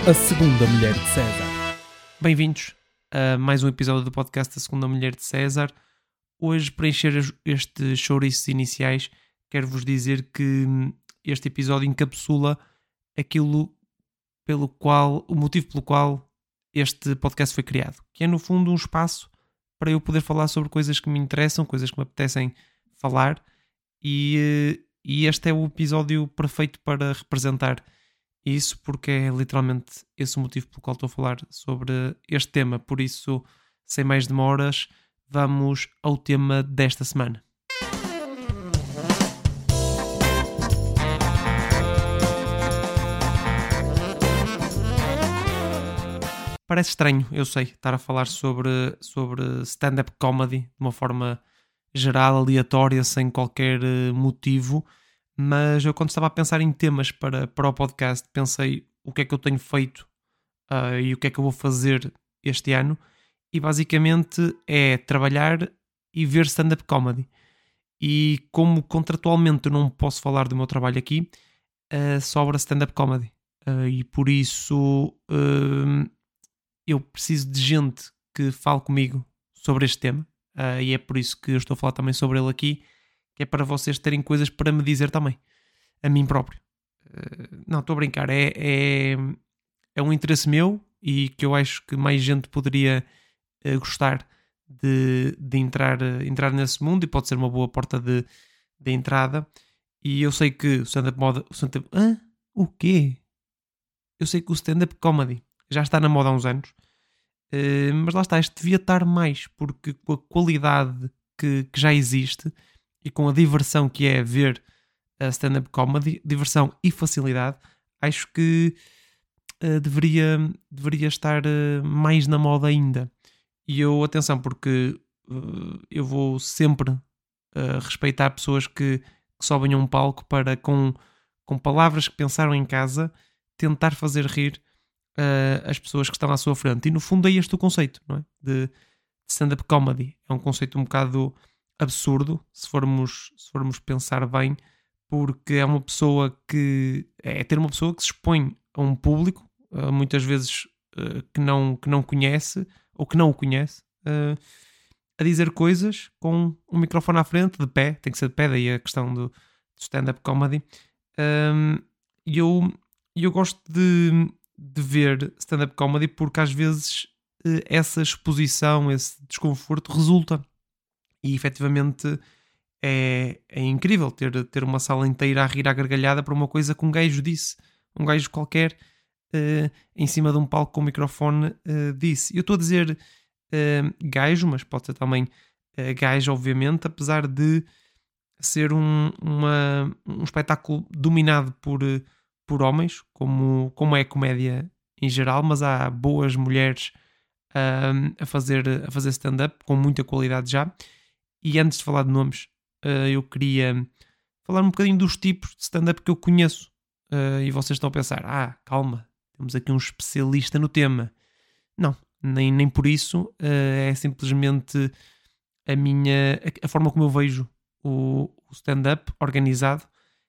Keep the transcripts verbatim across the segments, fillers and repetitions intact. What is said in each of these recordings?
A Segunda Mulher de César. Bem-vindos a mais um episódio do podcast A Segunda Mulher de César. Hoje, para encher estes chouriços iniciais, quero-vos dizer que este episódio encapsula aquilo pelo qual, o motivo pelo qual este podcast foi criado, que é no fundo um espaço para eu poder falar sobre coisas que me interessam, coisas que me apetecem falar, e, e este é o episódio perfeito para representar isso, porque é literalmente esse o motivo pelo qual estou a falar sobre este tema. Por isso, sem mais demoras, vamos ao tema desta semana. Parece estranho, eu sei, estar a falar sobre, sobre stand-up comedy de uma forma geral, aleatória, sem qualquer motivo, mas eu, quando estava a pensar em temas para, para o podcast, pensei o que é que eu tenho feito uh, e o que é que eu vou fazer este ano, e basicamente é trabalhar e ver stand-up comedy. E como contratualmente eu não posso falar do meu trabalho aqui, uh, sobra stand-up comedy. Uh, e por isso uh, eu preciso de gente que fale comigo sobre este tema, uh, e é por isso que eu estou a falar também sobre ele aqui, que é para vocês terem coisas para me dizer também, a mim próprio. Uh, não, estou a brincar, é, é, é um interesse meu e que eu acho que mais gente poderia uh, gostar de, de entrar, uh, entrar nesse mundo, e pode ser uma boa porta de, de entrada. E eu sei que o stand-up moda, o stand-up, hã? O quê? Eu sei que o stand-up comedy já está na moda há uns anos, uh, mas lá está, este devia estar mais, porque com a qualidade que, que já existe e com a diversão que é ver a stand-up comedy, diversão e facilidade, acho que uh, deveria, deveria estar uh, mais na moda ainda. E eu, atenção, porque uh, eu vou sempre uh, respeitar pessoas que, que sobem a um palco para, com, com palavras que pensaram em casa, tentar fazer rir uh, as pessoas que estão à sua frente. E no fundo é este o conceito, não é? De, de stand-up comedy. É um conceito um bocado absurdo, se formos, se formos pensar bem, porque é uma pessoa que é ter uma pessoa que se expõe a um público, uh, muitas vezes uh, que, não, que não conhece ou que não o conhece, uh, a dizer coisas com um microfone à frente, de pé, tem que ser de pé, daí a questão do, do stand-up comedy. Um, e eu, eu gosto de, de ver stand-up comedy porque às vezes uh, essa exposição, esse desconforto resulta. E efetivamente é, é incrível ter, ter uma sala inteira a rir à gargalhada por uma coisa que um gajo disse. Um gajo qualquer uh, em cima de um palco com o microfone uh, disse. Eu estou a dizer uh, gajo, mas pode ser também uh, gajo, obviamente, apesar de ser um, uma, um espetáculo dominado por, uh, por homens, como, como é a comédia em geral, mas há boas mulheres uh, a fazer, a fazer stand-up com muita qualidade já. E antes de falar de nomes, uh, eu queria falar um bocadinho dos tipos de stand-up que eu conheço. Uh, e vocês estão a pensar, ah, calma, temos aqui um especialista no tema. Não, nem, nem por isso. Uh, é simplesmente a minha, a, a forma como eu vejo o, o stand-up organizado,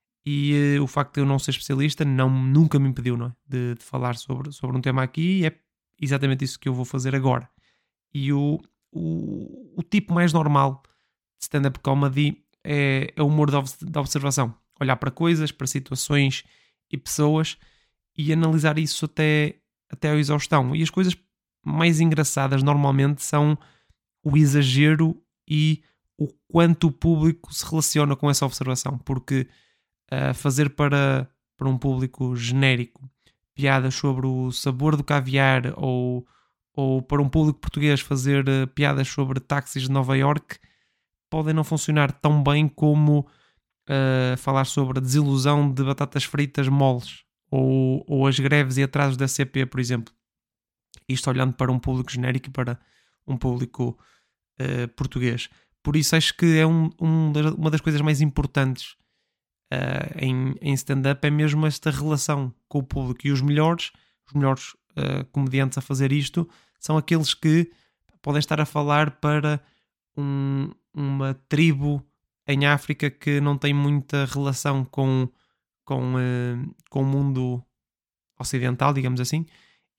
e uh, o facto de eu não ser especialista não, nunca me impediu, não é? de, de falar sobre, sobre um tema aqui, e é exatamente isso que eu vou fazer agora. E o, o, o tipo mais normal de stand-up comedy é, é o humor da observação. Olhar para coisas, para situações e pessoas e analisar isso até, até à exaustão. E as coisas mais engraçadas normalmente são o exagero e o quanto o público se relaciona com essa observação. Porque uh, fazer para, para um público genérico piadas sobre o sabor do caviar, ou, ou para um público português fazer uh, piadas sobre táxis de Nova Iorque, podem não funcionar tão bem como uh, falar sobre a desilusão de batatas fritas moles, ou, ou as greves e atrasos da C P, por exemplo. Isto olhando para um público genérico e para um público uh, português. Por isso acho que é um, um das, uma das coisas mais importantes uh, em, em stand-up, é mesmo esta relação com o público. E os melhores, os melhores uh, comediantes a fazer isto são aqueles que podem estar a falar para um, uma tribo em África que não tem muita relação com, com, uh, com o mundo ocidental, digamos assim,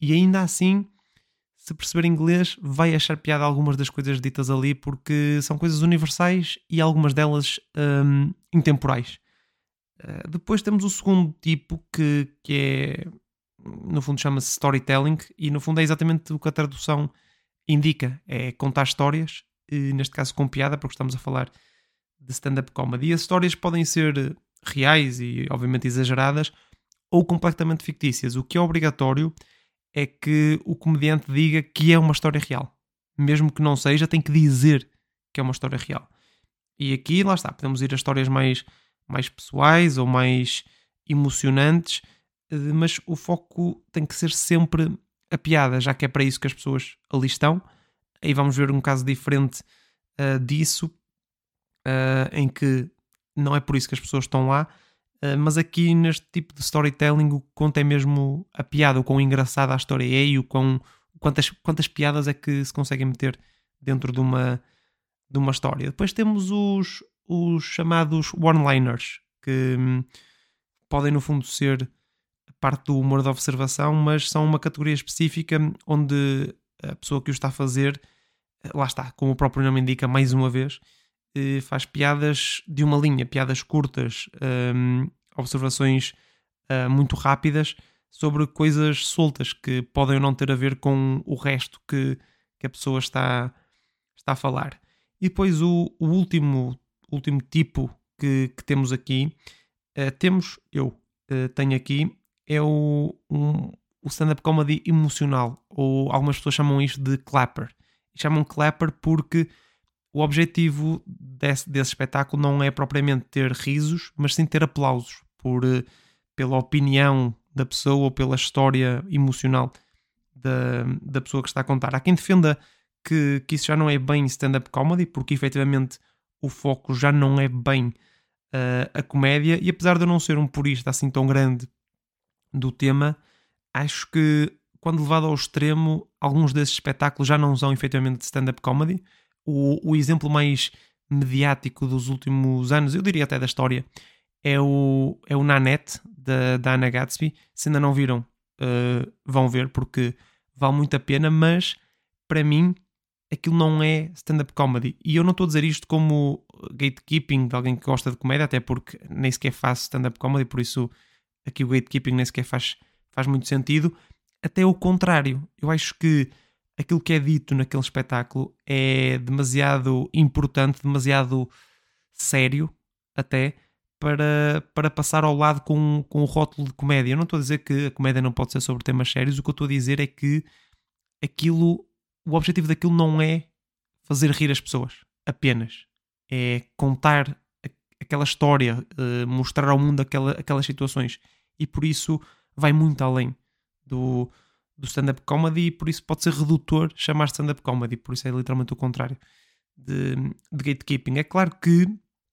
e ainda assim, se perceber inglês, vai achar piada algumas das coisas ditas ali, porque são coisas universais e algumas delas hum, intemporais. Uh, depois temos o segundo tipo, que, que é, no fundo chama-se storytelling, e no fundo é exatamente o que a tradução indica, é contar histórias, e neste caso com piada, porque estamos a falar de stand-up comedy. E as histórias podem ser reais e obviamente exageradas, ou completamente fictícias. O que é obrigatório é que o comediante diga que é uma história real. Mesmo que não seja, tem que dizer que é uma história real. E aqui, lá está, podemos ir a histórias mais, mais pessoais ou mais emocionantes, mas o foco tem que ser sempre a piada, já que é para isso que as pessoas ali estão. Aí vamos ver um caso diferente uh, disso, uh, em que não é por isso que as pessoas estão lá, uh, mas aqui neste tipo de storytelling o que conta é mesmo a piada, o quão engraçada a história é e o quão, quantas, quantas piadas é que se conseguem meter dentro de uma, de uma história. Depois temos os, os chamados one-liners, que hum, podem no fundo ser parte do humor de observação, mas são uma categoria específica onde a pessoa que o está a fazer, lá está, como o próprio nome indica, mais uma vez, faz piadas de uma linha, piadas curtas, um, observações uh, muito rápidas sobre coisas soltas que podem ou não ter a ver com o resto que, que a pessoa está, está a falar. E depois o, o último, último tipo que, que temos aqui, uh, temos, eu uh, tenho aqui, é o, um, o stand-up comedy emocional, ou algumas pessoas chamam isto de clapper. Chamam clapper porque o objetivo desse, desse espetáculo não é propriamente ter risos, mas sim ter aplausos por, pela opinião da pessoa ou pela história emocional da, da pessoa que está a contar. Há quem defenda que, que isso já não é bem stand-up comedy, porque efetivamente o foco já não é bem uh, a comédia, e apesar de eu não ser um purista assim tão grande do tema, acho que quando levado ao extremo, alguns desses espetáculos já não são efetivamente stand-up comedy. O, o exemplo mais mediático dos últimos anos, eu diria até da história, é o, é o Nanette, da, da Anna Gatsby. Se ainda não viram, uh, vão ver, porque vale muito a pena, mas para mim aquilo não é stand-up comedy. E eu não estou a dizer isto como gatekeeping de alguém que gosta de comédia, até porque nem sequer faço stand-up comedy, por isso aqui o gatekeeping nem sequer faz, faz muito sentido. Até o contrário, eu acho que aquilo que é dito naquele espetáculo é demasiado importante, demasiado sério até, para, para passar ao lado com, com o rótulo de comédia. Eu não estou a dizer que a comédia não pode ser sobre temas sérios, o que eu estou a dizer é que aquilo, o objetivo daquilo não é fazer rir as pessoas, apenas. É contar aquela história, mostrar ao mundo aquela, aquelas situações. E por isso vai muito além do... do stand-up comedy, e por isso pode ser redutor chamar stand-up comedy, por isso é literalmente o contrário de, de gatekeeping. É claro que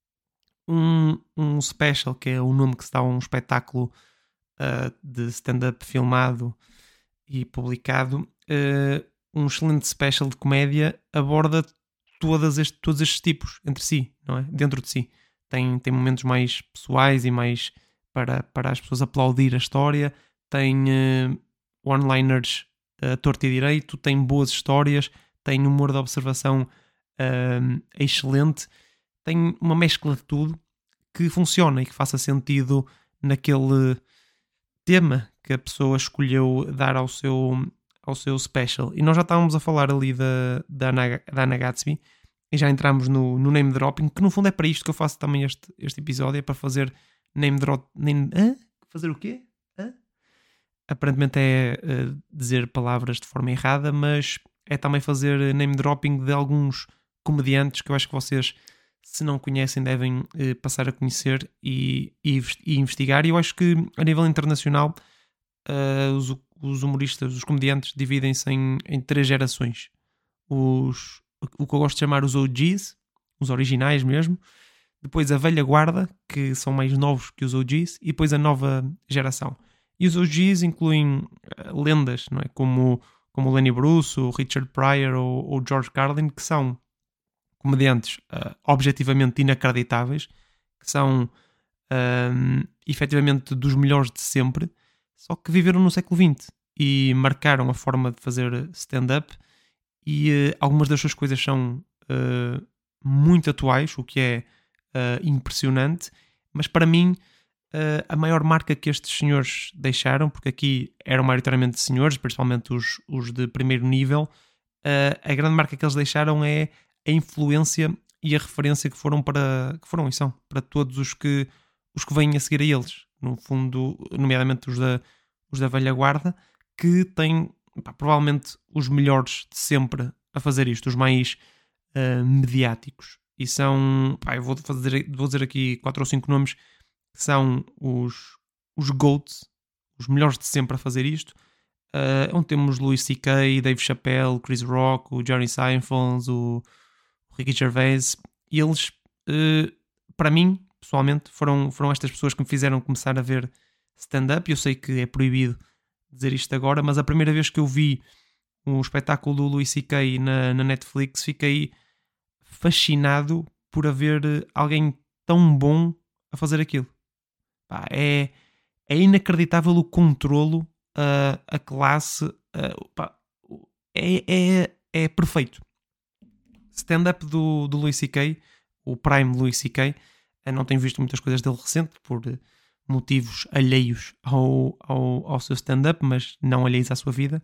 um, um special, que é o nome que se dá a um espetáculo uh, de stand-up filmado e publicado, uh, um excelente special de comédia aborda todas este, todos estes tipos entre si, não é? Dentro de si. Tem, tem momentos mais pessoais e mais para, para as pessoas aplaudir a história, tem uh, one-liners uh, torto e direito, tem boas histórias, tem humor de observação uh, excelente, tem uma mescla de tudo que funciona e que faça sentido naquele tema que a pessoa escolheu dar ao seu, ao seu special. E nós já estávamos a falar ali da, da, Anna, da Anna Gatsby e já entramos no, no name dropping, que no fundo é para isto que eu faço também este, este episódio, é para fazer name drop... Name, hã? Fazer o quê? Hã? Aparentemente é uh, dizer palavras de forma errada, mas é também fazer name dropping de alguns comediantes que eu acho que vocês, se não conhecem, devem uh, passar a conhecer e, e, e investigar. E eu acho que a nível internacional uh, os, os humoristas, os comediantes dividem-se em, em três gerações. Os, o que eu gosto de chamar os O Gs, os originais mesmo, depois a velha guarda, que são mais novos que os O Gs, e depois a nova geração. E os O Gs incluem uh, lendas, não é? Como, como o Lenny Bruce, o Richard Pryor ou o George Carlin, que são comediantes uh, objetivamente inacreditáveis, que são um, efetivamente dos melhores de sempre, só que viveram no século vinte e marcaram a forma de fazer stand-up, e uh, algumas das suas coisas são uh, muito atuais, o que é uh, impressionante, mas para mim uh, a maior marca que estes senhores deixaram, porque aqui eram maioritariamente senhores, principalmente os, os de primeiro nível, uh, a grande marca que eles deixaram é a influência e a referência que foram para que foram e são para todos os que os que vêm a seguir a eles, no fundo, nomeadamente os da, os da velha guarda, que têm pá, provavelmente os melhores de sempre a fazer isto, os mais uh, mediáticos, e são, pá, eu vou, fazer, vou dizer aqui quatro ou cinco nomes que são os, os GOATs, os melhores de sempre a fazer isto. Uh, onde temos Louis C K, Dave Chappelle, Chris Rock, o Jerry Seinfeld, o Ricky Gervais, e eles, uh, para mim, pessoalmente, foram, foram estas pessoas que me fizeram começar a ver stand-up. Eu sei que é proibido dizer isto agora, mas a primeira vez que eu vi o espetáculo do Louis C K na, na Netflix, fiquei fascinado por haver alguém tão bom a fazer aquilo. Pá, é, é inacreditável o controlo, uh, a classe, uh, pá, é, é, é perfeito. Stand-up do, do Louis C K, o Prime Louis C K, eu não tenho visto muitas coisas dele recente por motivos alheios ao, ao, ao seu stand-up, mas não alheios à sua vida.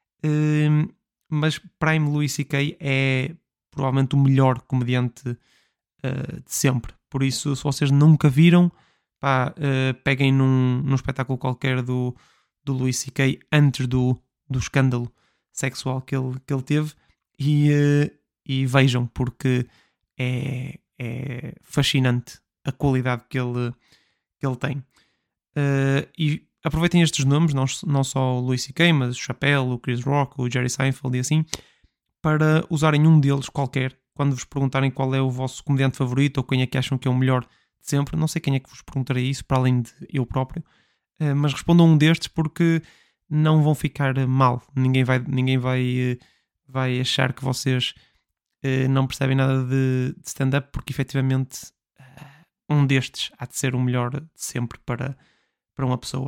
Um, mas Prime Louis C K é provavelmente o melhor comediante uh, de sempre. Por isso, se vocês nunca viram, pá, uh, peguem num, num espetáculo qualquer do, do Louis C K antes do, do escândalo sexual que ele, que ele teve e... Uh, e vejam, porque é, é fascinante a qualidade que ele, que ele tem. Uh, e aproveitem estes nomes, não, não só o Louis C K, mas o Chappelle, o Chris Rock, o Jerry Seinfeld e assim, para usarem um deles qualquer, quando vos perguntarem qual é o vosso comediante favorito ou quem é que acham que é o melhor de sempre. Não sei quem é que vos perguntarei isso, para além de eu próprio, uh, mas respondam um destes, porque não vão ficar mal. Ninguém vai, ninguém vai, uh, vai achar que vocês não percebem nada de, de stand-up, porque efetivamente um destes há de ser o melhor de sempre para, para uma pessoa.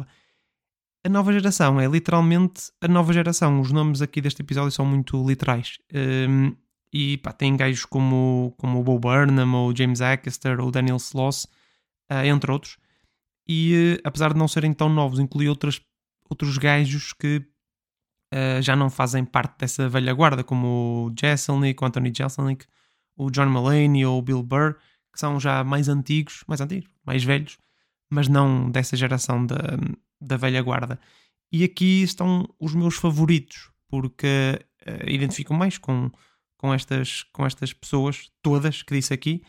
A nova geração é literalmente a nova geração. Os nomes aqui deste episódio são muito literais. Um, e pá, tem gajos como, como o Bo Burnham, ou o James Acaster, ou o Daniel Sloss, uh, entre outros. E uh, apesar de não serem tão novos, inclui outras, outros gajos que Uh, já não fazem parte dessa velha guarda, como o Jeselnik, o Anthony Jeselnik, o John Mulaney ou o Bill Burr, que são já mais antigos, mais antigos, mais velhos, mas não dessa geração da, da velha guarda. E aqui estão os meus favoritos, porque uh, identifico mais com, com, estas, com estas pessoas todas que disse aqui,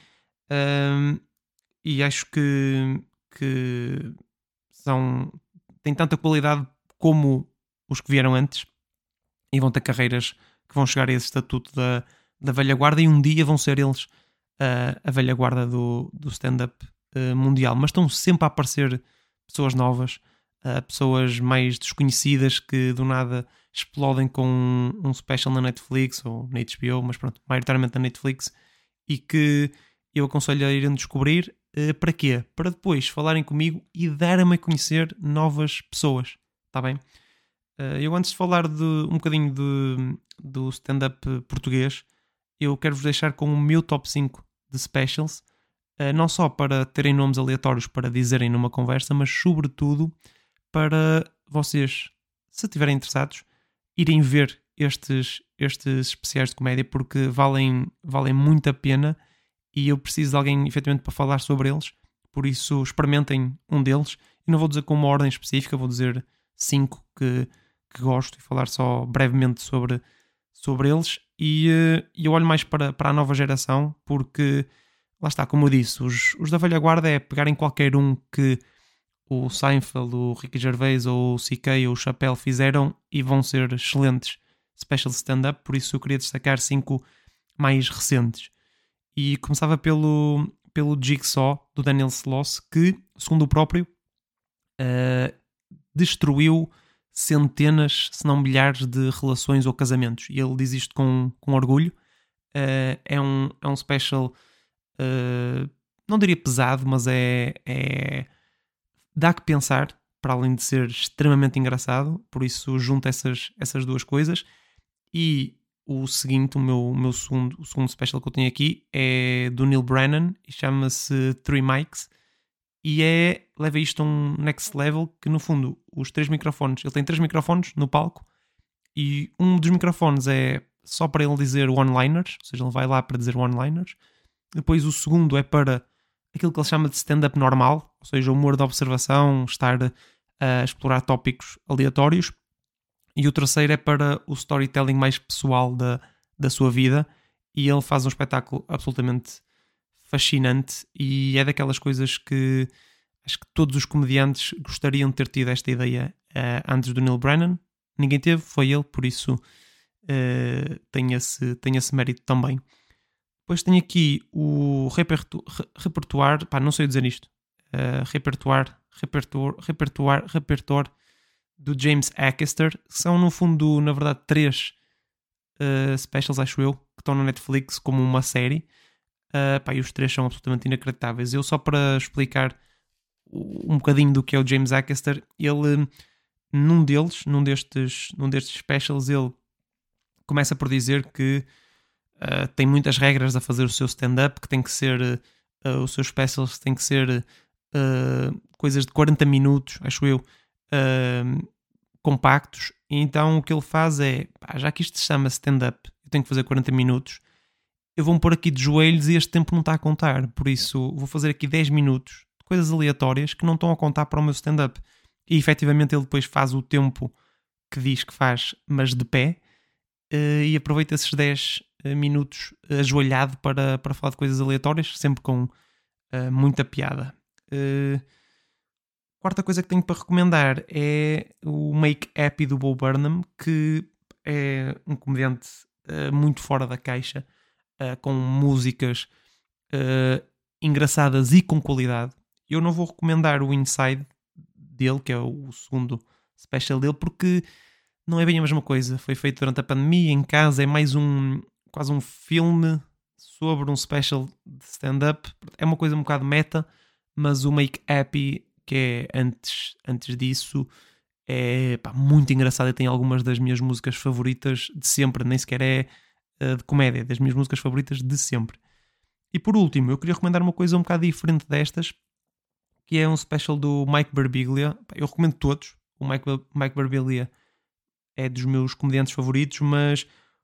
uh, e acho que, que são, têm tanta qualidade como os que vieram antes, e vão ter carreiras que vão chegar a esse estatuto da, da velha guarda, e um dia vão ser eles uh, a velha guarda do, do stand-up uh, mundial. Mas estão sempre a aparecer pessoas novas, uh, pessoas mais desconhecidas que do nada explodem com um, um special na Netflix ou na H B O, mas pronto, maioritariamente na Netflix, e que eu aconselho a irem descobrir. Uh, para quê? Para depois falarem comigo e darem-me a conhecer novas pessoas, está bem? Eu, antes de falar de, um bocadinho de, do stand-up português, eu quero-vos deixar com o meu top cinco de specials, não só para terem nomes aleatórios para dizerem numa conversa, mas sobretudo para vocês, se estiverem interessados, irem ver estes, estes especiais de comédia, porque valem, valem muito a pena, e eu preciso de alguém efetivamente para falar sobre eles. Por isso, experimentem um deles. E não vou dizer com uma ordem específica, vou dizer cinco que que gosto, e falar só brevemente sobre, sobre eles. E uh, eu olho mais para, para a nova geração, porque lá está, como eu disse, os, os da velha guarda é pegarem qualquer um que o Seinfeld, o Ricky Gervais ou o C K ou o Chappelle fizeram, e vão ser excelentes special stand-up. Por isso eu queria destacar cinco mais recentes, e começava pelo, pelo Jigsaw do Daniel Sloss, que, segundo o próprio, uh, destruiu centenas, se não milhares de relações ou casamentos, e ele diz isto com, com orgulho. Uh, é, um, é um special, uh, não diria pesado, mas é, é dá que pensar, para além de ser extremamente engraçado, por isso junto essas, essas duas coisas. E o seguinte, o meu, o meu segundo, o segundo special que eu tenho aqui é do Neil Brennan e chama-se Three Mics e é, leva isto a um next level, que no fundo os três microfones, ele tem três microfones no palco e um dos microfones é só para ele dizer one-liners, ou seja, ele vai lá para dizer one-liners. Depois o segundo é para aquilo que ele chama de stand-up normal, ou seja, humor de observação, estar a explorar tópicos aleatórios. E o terceiro é para o storytelling mais pessoal da, da sua vida. E ele faz um espetáculo absolutamente fascinante e é daquelas coisas que acho que todos os comediantes gostariam de ter tido esta ideia uh, antes do Neil Brennan. Ninguém teve, foi ele, por isso uh, tem, esse, tem esse mérito também. Depois tenho aqui o repertu- repertoire, pá, não sei dizer isto, uh, repertoire, repertoire, repertoire, repertoire do James Acaster, que são no fundo, na verdade, três uh, specials, acho eu, que estão na Netflix como uma série. Uh, pá, e os três são absolutamente inacreditáveis. Eu só para explicar um bocadinho do que é o James Acaster, ele, num deles, num destes, num destes specials, ele começa por dizer que uh, tem muitas regras a fazer o seu stand-up, que tem que ser, uh, os seus specials têm que ser uh, coisas de quarenta minutos, acho eu, Uh, compactos. E então o que ele faz é, pá, já que isto se chama stand-up, eu tenho que fazer quarenta minutos, eu vou-me pôr aqui de joelhos e este tempo não está a contar, por isso vou fazer aqui dez minutos de coisas aleatórias que não estão a contar para o meu stand-up. E efetivamente ele depois faz o tempo que diz que faz, mas de pé, uh, e aproveita esses dez minutos ajoelhado para, para falar de coisas aleatórias, sempre com uh, muita piada. Uh, Quarta coisa que tenho para recomendar é o Make Happy do Bo Burnham, que é um comediante uh, muito fora da caixa, uh, com músicas uh, engraçadas e com qualidade. Eu não vou recomendar o Inside dele, que é o segundo special dele, porque não é bem a mesma coisa. Foi feito durante a pandemia, em casa, é mais um quase um filme sobre um special de stand-up. É uma coisa um bocado meta, mas o Make Happy, que é antes, antes disso, é pá, muito engraçado e tem algumas das minhas músicas favoritas de sempre, nem sequer é uh, de comédia, das minhas músicas favoritas de sempre. E por último, eu queria recomendar uma coisa um bocado diferente destas, que é um special do Mike Birbiglia. Eu recomendo todos, o Mike, Mike Birbiglia é dos meus comediantes favoritos, mas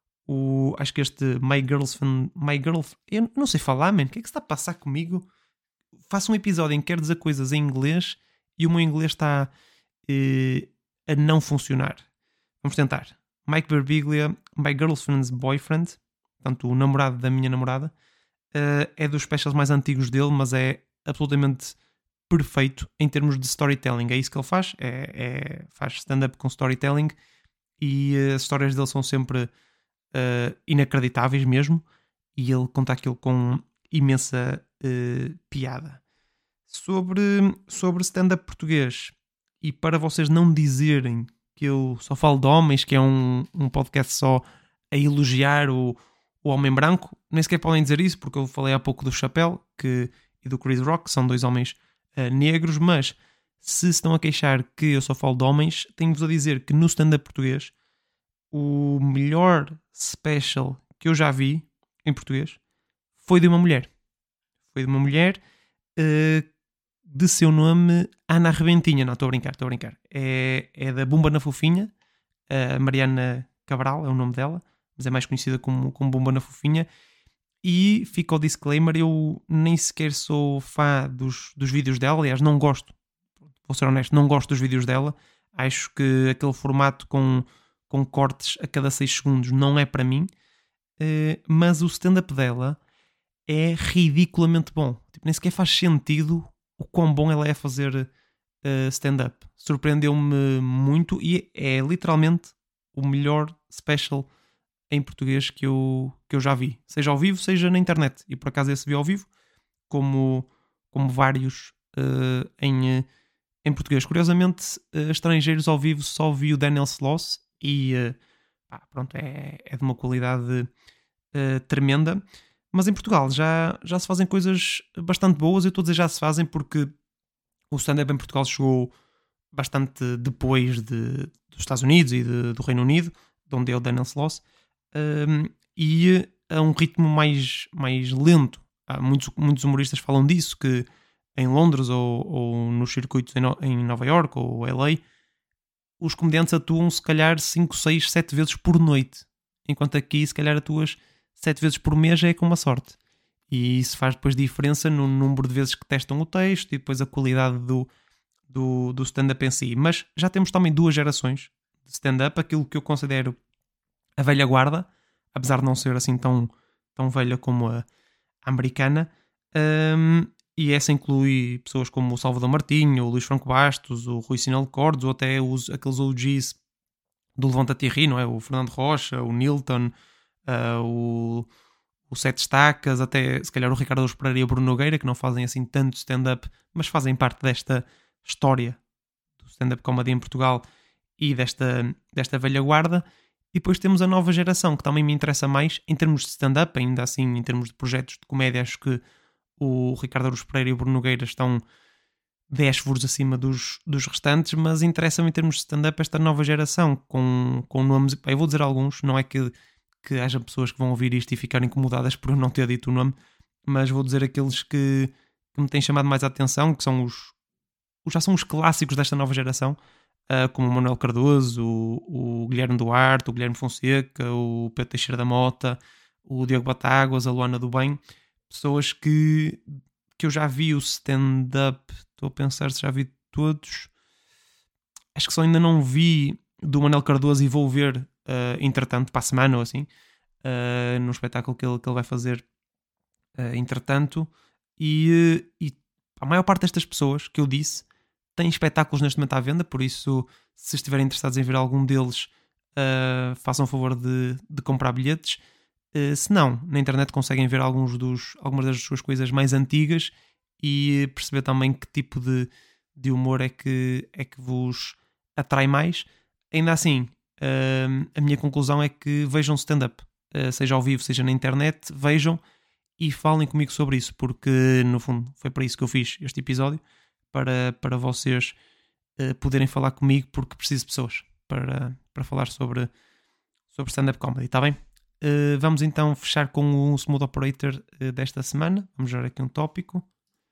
o, acho que este My Girlfriend, My Girlfriend, eu não sei falar, man, o que é que se está a passar comigo? Faço um episódio em que quero dizer coisas em inglês e o meu inglês está eh, a não funcionar. Vamos tentar. Mike Birbiglia, My Girlfriend's Boyfriend, portanto o namorado da minha namorada, uh, é dos specials mais antigos dele, mas é absolutamente perfeito em termos de storytelling. É isso que ele faz, é, é, faz stand-up com storytelling e uh, as histórias dele são sempre uh, inacreditáveis mesmo, e ele conta aquilo com imensa uh, piada. Sobre, sobre stand-up português, e para vocês não dizerem que eu só falo de homens, que é um, um podcast só a elogiar o, o homem branco, nem sequer podem dizer isso, porque eu falei há pouco do Chappelle que, e do Chris Rock, que são dois homens uh, negros, mas se estão a queixar que eu só falo de homens, tenho-vos a dizer que no stand-up português o melhor special que eu já vi em português foi de uma mulher. Foi de uma mulher uh, de seu nome Ana Rebentinha. Não, estou a brincar, estou a brincar. É, é da Bumba na Fofinha. A Mariana Cabral é o nome dela, mas é mais conhecida como, como Bumba na Fofinha. E fica o disclaimer, eu nem sequer sou fã dos, dos vídeos dela. Aliás, não gosto, vou ser honesto, não gosto dos vídeos dela. Acho que aquele formato com, com cortes a cada seis segundos não é para mim. Uh, mas o stand-up dela é ridiculamente bom. Tipo, nem sequer faz sentido o quão bom ela é a fazer uh, stand-up. Surpreendeu-me muito e é literalmente o melhor special em português que eu, que eu já vi. Seja ao vivo, seja na internet. E por acaso esse vi ao vivo, como, como vários uh, em, uh, em português. Curiosamente, uh, estrangeiros ao vivo só vi o Daniel Sloss e uh, ah, pronto, é, é de uma qualidade uh, tremenda. Mas em Portugal já, já se fazem coisas bastante boas. Eu estou a dizer já se fazem porque o stand-up em Portugal chegou bastante depois de, dos Estados Unidos e de, do Reino Unido, de onde é o Daniel Sloss, um, e a um ritmo mais, mais lento. Há muitos, muitos humoristas falam disso, que em Londres ou, ou nos circuitos em, no, em Nova York ou L A, os comediantes atuam se calhar cinco, seis, sete vezes por noite, enquanto aqui se calhar atuas sete vezes por mês é com uma sorte. E isso faz depois diferença no número de vezes que testam o texto e depois a qualidade do, do, do stand-up em si. Mas já temos também duas gerações de stand-up, aquilo que eu considero a velha guarda, apesar de não ser assim tão, tão velha como a, a americana, um, e essa inclui pessoas como o Salvador Martinho, o Luís Franco Bastos, o Rui Sinal de Cordes, ou até os, aqueles O Gs do Levanta-te e Ri, não é? O Fernando Rocha, o Nilton, uh, o, o Sete Estacas, até se calhar o Ricardo Araújo Pereira e o Bruno Nogueira, que não fazem assim tanto stand-up, mas fazem parte desta história do stand-up comedy em Portugal e desta, desta velha guarda. E depois temos a nova geração, que também me interessa mais em termos de stand-up, ainda assim em termos de projetos de comédia. Acho que o Ricardo Araújo Pereira e o Bruno Nogueira estão dez furos acima dos, dos restantes, mas interessa-me em termos de stand-up esta nova geração, com, com nomes, eu vou dizer alguns, não é que, que haja pessoas que vão ouvir isto e ficarem incomodadas por eu não ter dito o nome, mas vou dizer aqueles que, que me têm chamado mais a atenção, que são os, os já são os clássicos desta nova geração, uh, como o Manuel Cardoso, o, o Guilherme Duarte, o Guilherme Fonseca, o Pedro Teixeira da Mota, o Diogo Batáguas, a Luana do Bem, pessoas que, que eu já vi o stand-up, estou a pensar se já vi todos, acho que só ainda não vi do Manuel Cardoso e vou ver, uh, entretanto, para a semana ou assim, uh, no espetáculo que ele, que ele vai fazer, uh, entretanto, e, e a maior parte destas pessoas que eu disse têm espetáculos neste momento à venda, por isso, se estiverem interessados em ver algum deles, uh, façam o favor de, de comprar bilhetes. Uh, se não, na internet conseguem ver alguns dos, algumas das suas coisas mais antigas e perceber também que tipo de, de humor é que, é que vos atrai mais. Ainda assim, uh, a minha conclusão é que vejam stand-up, uh, seja ao vivo, seja na internet, vejam e falem comigo sobre isso, porque no fundo foi para isso que eu fiz este episódio, para, para vocês uh, poderem falar comigo, porque preciso de pessoas para, para falar sobre, sobre stand-up comedy, está bem? Uh, vamos então fechar com o Smooth Operator uh, desta semana. Vamos ver aqui um tópico.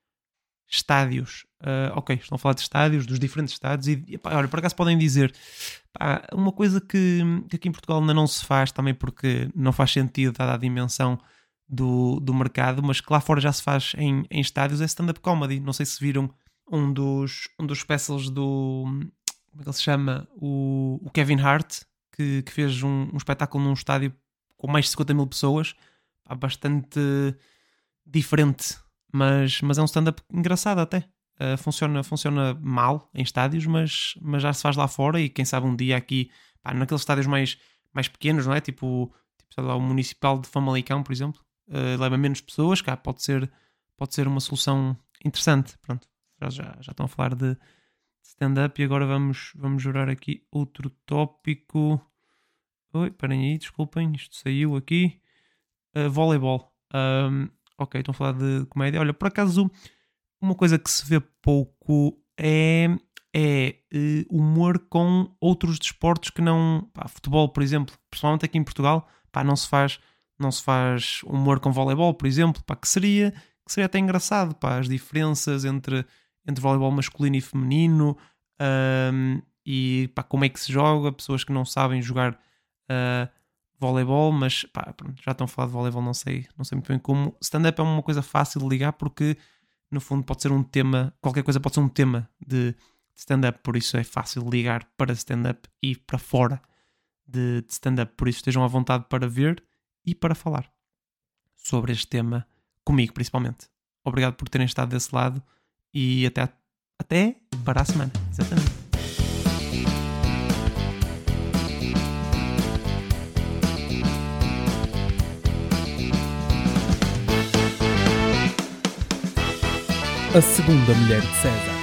Estádios. Uh, ok, estão a falar de estádios, dos diferentes estádios. E, e pá, olha, por acaso podem dizer, pá, uma coisa que, que aqui em Portugal ainda não se faz, também porque não faz sentido dada a dimensão do, do mercado, mas que lá fora já se faz em, em estádios, é stand-up comedy. Não sei se viram um dos, um dos specials do... Como é que ele se chama? O, o Kevin Hart, que, que fez um, um espetáculo num estádio com mais de cinquenta mil pessoas, pá, bastante diferente, mas, mas é um stand-up engraçado até. Uh, funciona, funciona mal em estádios, mas, mas já se faz lá fora e quem sabe um dia aqui, pá, naqueles estádios mais, mais pequenos, não é? Tipo, tipo sei lá, o Municipal de Famalicão, por exemplo, uh, leva menos pessoas, cá pode ser, pode ser uma solução interessante. Pronto, já, já, já estão a falar de stand-up e agora vamos, vamos jurar aqui outro tópico. Oi, parem aí, desculpem, isto saiu aqui. Uh, voleibol. Um, ok, estão a falar de comédia. Olha, por acaso, uma coisa que se vê pouco é, é uh, humor com outros desportos que não... Pá, futebol, por exemplo. Principalmente aqui em Portugal, pá, não se faz, não se faz humor com voleibol, por exemplo. Pá, que seria, que seria até engraçado. Pá, as diferenças entre, entre voleibol masculino e feminino. Um, e pá, como é que se joga. Pessoas que não sabem jogar... Uh, voleibol, mas pá, pronto, já estão a falar de voleibol, não sei, não sei muito bem como. Stand-up é uma coisa fácil de ligar porque no fundo pode ser um tema, qualquer coisa pode ser um tema de stand-up, por isso é fácil ligar para stand-up e para fora de, de stand-up, por isso estejam à vontade para ver e para falar sobre este tema comigo principalmente. Obrigado por terem estado desse lado e até, até para a semana, exatamente. A segunda mulher de César.